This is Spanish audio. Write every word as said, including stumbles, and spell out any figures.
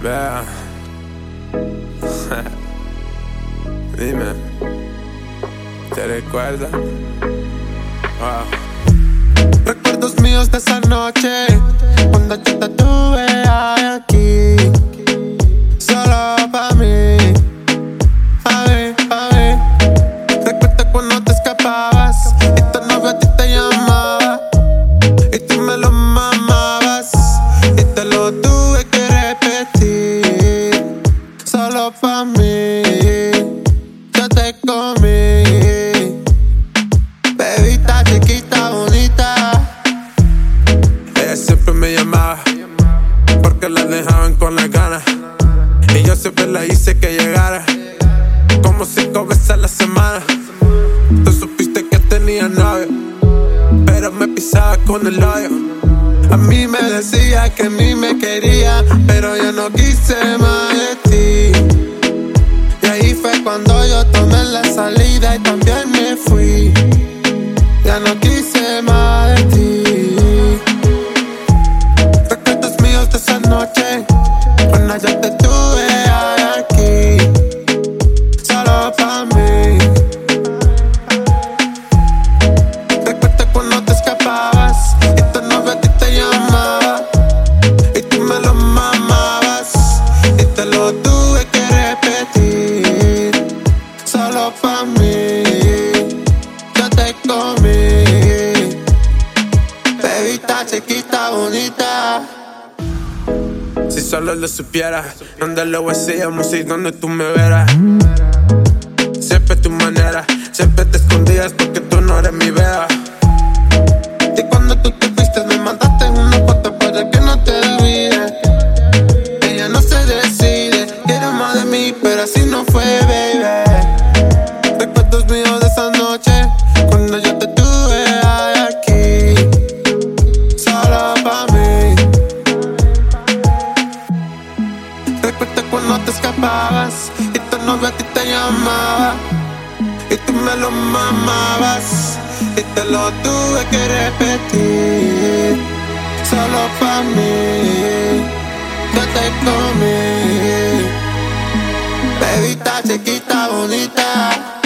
Vea. Dime, ¿te recuerdas? Wow. Recuerdos míos de esa noche, cuando yo te tuve aquí, solo pa' mí, a mí, a mí. Recuerda cuando te escapabas y tu novio a ti te llamaba y tú me lo mamabas y te lo tuve que repetir, solo pa' mí. Yo te comí, bebita chiquita, bonita. Ella siempre me llamaba porque la dejaban con las ganas, y yo siempre la hice que llegara como cinco veces a la semana. Tú supiste que tenía novio, pero me pisaba con el hoyo. A mí me decía que a mí me quería, pero yo no quise más de ti. Y ahí fue cuando yo tomé la salida y también me fui. Ya no quise más de ti. Recuerdos míos de esa noche, cuando yo te tuve aquí, solo pa' mí. Recuerda cuando te escapabas y tu novio a ti te llamaba y tú me lo mamabas y te lo tuve que repetir, solo pa' mí. Yo te comí, bebita chiquita, bonita. Si solo lo supieras, donde lo hacíamos y donde tú me verás. Siempre tu manera, siempre te escondías porque tú no eres mi beba. Y cuando tú te fuiste me mandaste una foto para que no te olvides. Ella no se decide, quiere más de mí, pero así no fue, baby. Recuerdos míos de esa noche, cuando yo te tuve aquí, solo pa' mí. Recuerda cuando te escapabas y tu novio a ti te llamaba y tú me lo mamabas y te lo tuve que repetir, solo pa' mí. Yo te comí, bebita chiquita, bonita.